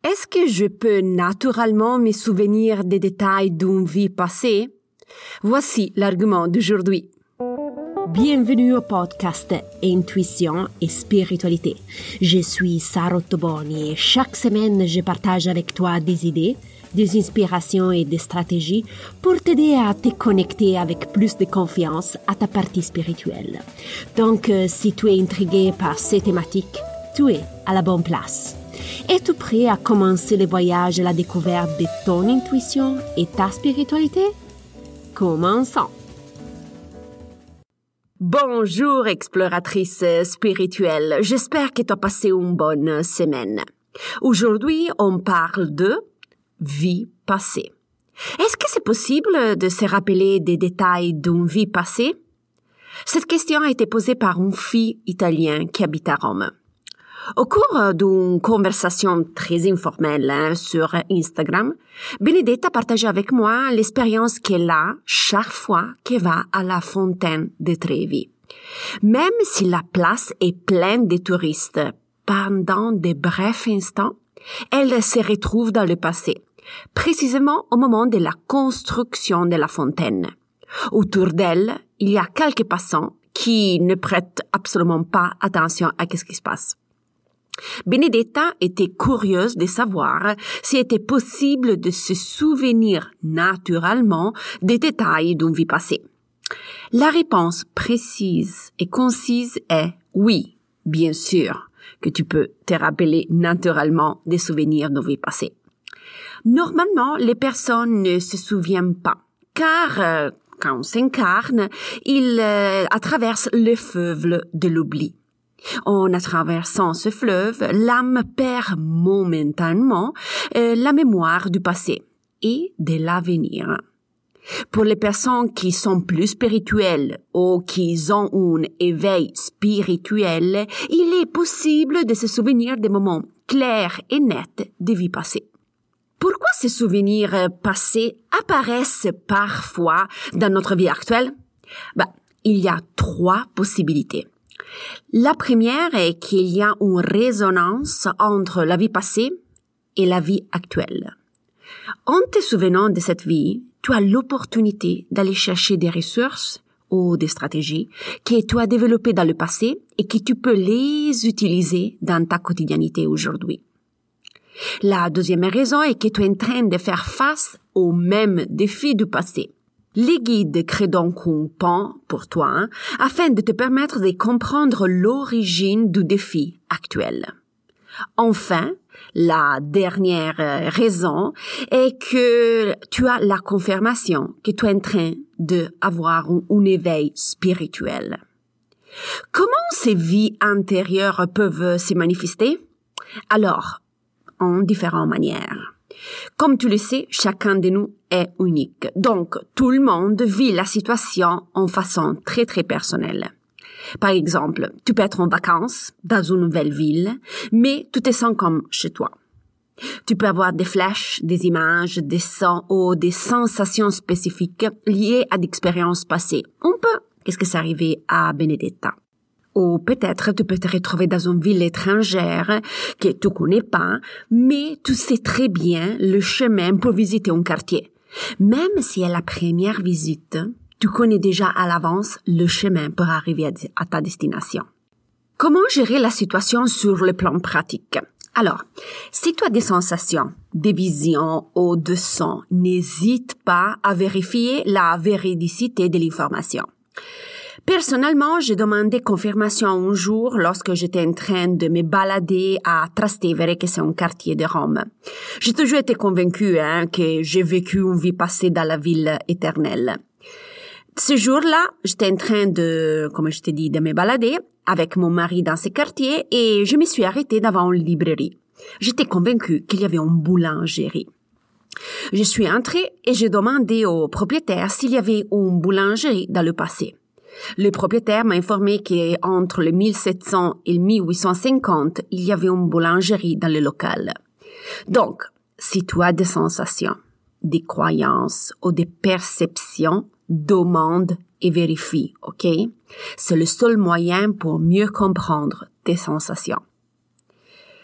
Est-ce que je peux naturellement me souvenir des détails d'une vie passée? Voici l'argument d'aujourd'hui. Bienvenue au podcast Intuition et Spiritualité. Je suis Sarah Ottoboni et chaque semaine je partage avec toi des idées, des inspirations et des stratégies pour t'aider à te connecter avec plus de confiance à ta partie spirituelle. Donc, si tu es intrigué par ces thématiques, tu es à la bonne place. Es-tu prêt à commencer le voyage à la découverte de ton intuition et ta spiritualité? Commençons! Bonjour exploratrice spirituelle, j'espère que tu as passé une bonne semaine. Aujourd'hui, on parle de vie passée. Est-ce que c'est possible de se rappeler des détails d'une vie passée? Cette question a été posée par une fille italienne qui habite à Rome. Au cours d'une conversation très informelle sur Instagram, Benedetta partage avec moi l'expérience qu'elle a chaque fois qu'elle va à la fontaine de Trevi. Même si la place est pleine de touristes, pendant de brefs instants, elle se retrouve dans le passé, précisément au moment de la construction de la fontaine. Autour d'elle, il y a quelques passants qui ne prêtent absolument pas attention à ce qui se passe. Benedetta était curieuse de savoir s'il était possible de se souvenir naturellement des détails d'une vie passée. La réponse précise et concise est oui, bien sûr, que tu peux te rappeler naturellement des souvenirs d'une vie passée. Normalement, les personnes ne se souviennent pas, car quand on s'incarne, il traverse le fleuve de l'oubli. En traversant ce fleuve, l'âme perd momentanément la mémoire du passé et de l'avenir. Pour les personnes qui sont plus spirituelles ou qui ont un éveil spirituel, il est possible de se souvenir des moments clairs et nets de vie passée. Pourquoi ces souvenirs passés apparaissent parfois dans notre vie actuelle? Il y a 3 possibilités. La première est qu'il y a une résonance entre la vie passée et la vie actuelle. En te souvenant de cette vie, tu as l'opportunité d'aller chercher des ressources ou des stratégies que tu as développées dans le passé et que tu peux les utiliser dans ta quotidiennité aujourd'hui. La deuxième raison est que tu es en train de faire face aux mêmes défis du passé. Les guides créent donc un pont pour toi afin de te permettre de comprendre l'origine du défi actuel. Enfin, la dernière raison est que tu as la confirmation que tu es en train d'avoir un éveil spirituel. Comment ces vies antérieures peuvent se manifester? Alors, en différentes manières. Comme tu le sais, chacun de nous est unique. Donc, tout le monde vit la situation en façon très, très personnelle. Par exemple, tu peux être en vacances dans une nouvelle ville, mais tu te sens comme chez toi. Tu peux avoir des flashs, des images, des sons ou des sensations spécifiques liées à d'expériences passées. Un peu, qu'est-ce que c'est arrivé à Benedetta? Ou peut-être tu peux te retrouver dans une ville étrangère que tu connais pas, mais tu sais très bien le chemin pour visiter un quartier. Même si à la première visite, tu connais déjà à l'avance le chemin pour arriver à ta destination. Comment gérer la situation sur le plan pratique? Alors, si tu as des sensations, des visions ou de sons, n'hésite pas à vérifier la véridicité de l'information. Personnellement, j'ai demandé confirmation un jour lorsque j'étais en train de me balader à Trastevere, que c'est un quartier de Rome. J'ai toujours été convaincue que j'ai vécu une vie passée dans la ville éternelle. Ce jour-là, j'étais en train de, comme je t'ai dit, de me balader avec mon mari dans ce quartier et je me suis arrêtée devant une librairie. J'étais convaincue qu'il y avait une boulangerie. Je suis entrée et j'ai demandé au propriétaire s'il y avait une boulangerie dans le passé. Le propriétaire m'a informé qu'entre le 1700 et le 1850, il y avait une boulangerie dans le local. Donc, si tu as des sensations, des croyances ou des perceptions, demande et vérifie, ok? C'est le seul moyen pour mieux comprendre tes sensations.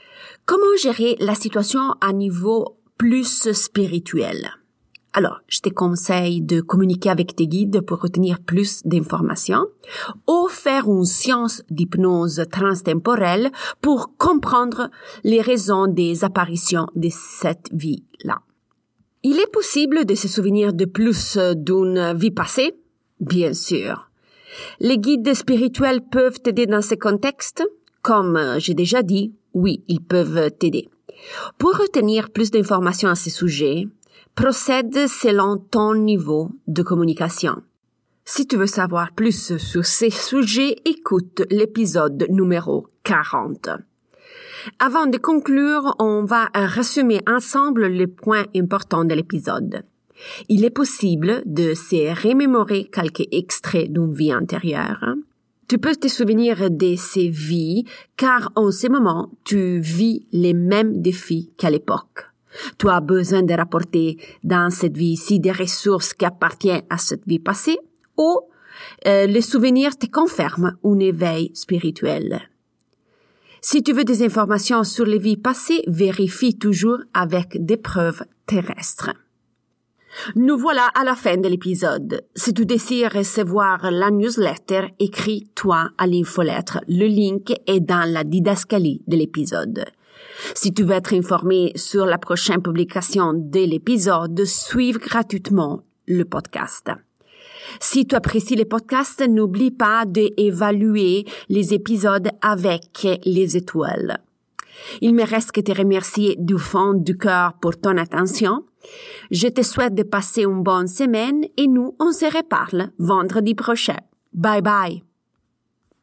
Comment gérer la situation à niveau plus spirituel? Alors, je te conseille de communiquer avec tes guides pour retenir plus d'informations ou faire une séance d'hypnose transtemporelle pour comprendre les raisons des apparitions de cette vie-là. Il est possible de se souvenir de plus d'une vie passée? Bien sûr. Les guides spirituels peuvent t'aider dans ce contexte? Comme j'ai déjà dit, oui, ils peuvent t'aider. Pour retenir plus d'informations à ce sujet, procède selon ton niveau de communication. Si tu veux savoir plus sur ces sujets, écoute l'épisode numéro 40. Avant de conclure, on va résumer ensemble les points importants de l'épisode. Il est possible de se remémorer quelques extraits d'une vie antérieure. Tu peux te souvenir de ces vies car en ce moment, tu vis les mêmes défis qu'à l'époque. Tu as besoin de rapporter dans cette vie-ci des ressources qui appartiennent à cette vie passée ou les souvenirs te confirment un éveil spirituel. Si tu veux des informations sur les vies passées, vérifie toujours avec des preuves terrestres. Nous voilà à la fin de l'épisode. Si tu désires recevoir la newsletter, écris-toi à l'infolettre. Le link est dans la didascalie de l'épisode. Si tu veux être informé sur la prochaine publication de l'épisode, suive gratuitement le podcast. Si tu apprécies les podcasts, n'oublie pas d'évaluer les épisodes avec les étoiles. Il me reste que te remercier du fond du cœur pour ton attention. Je te souhaite de passer une bonne semaine et nous, on se reparle vendredi prochain. Bye bye.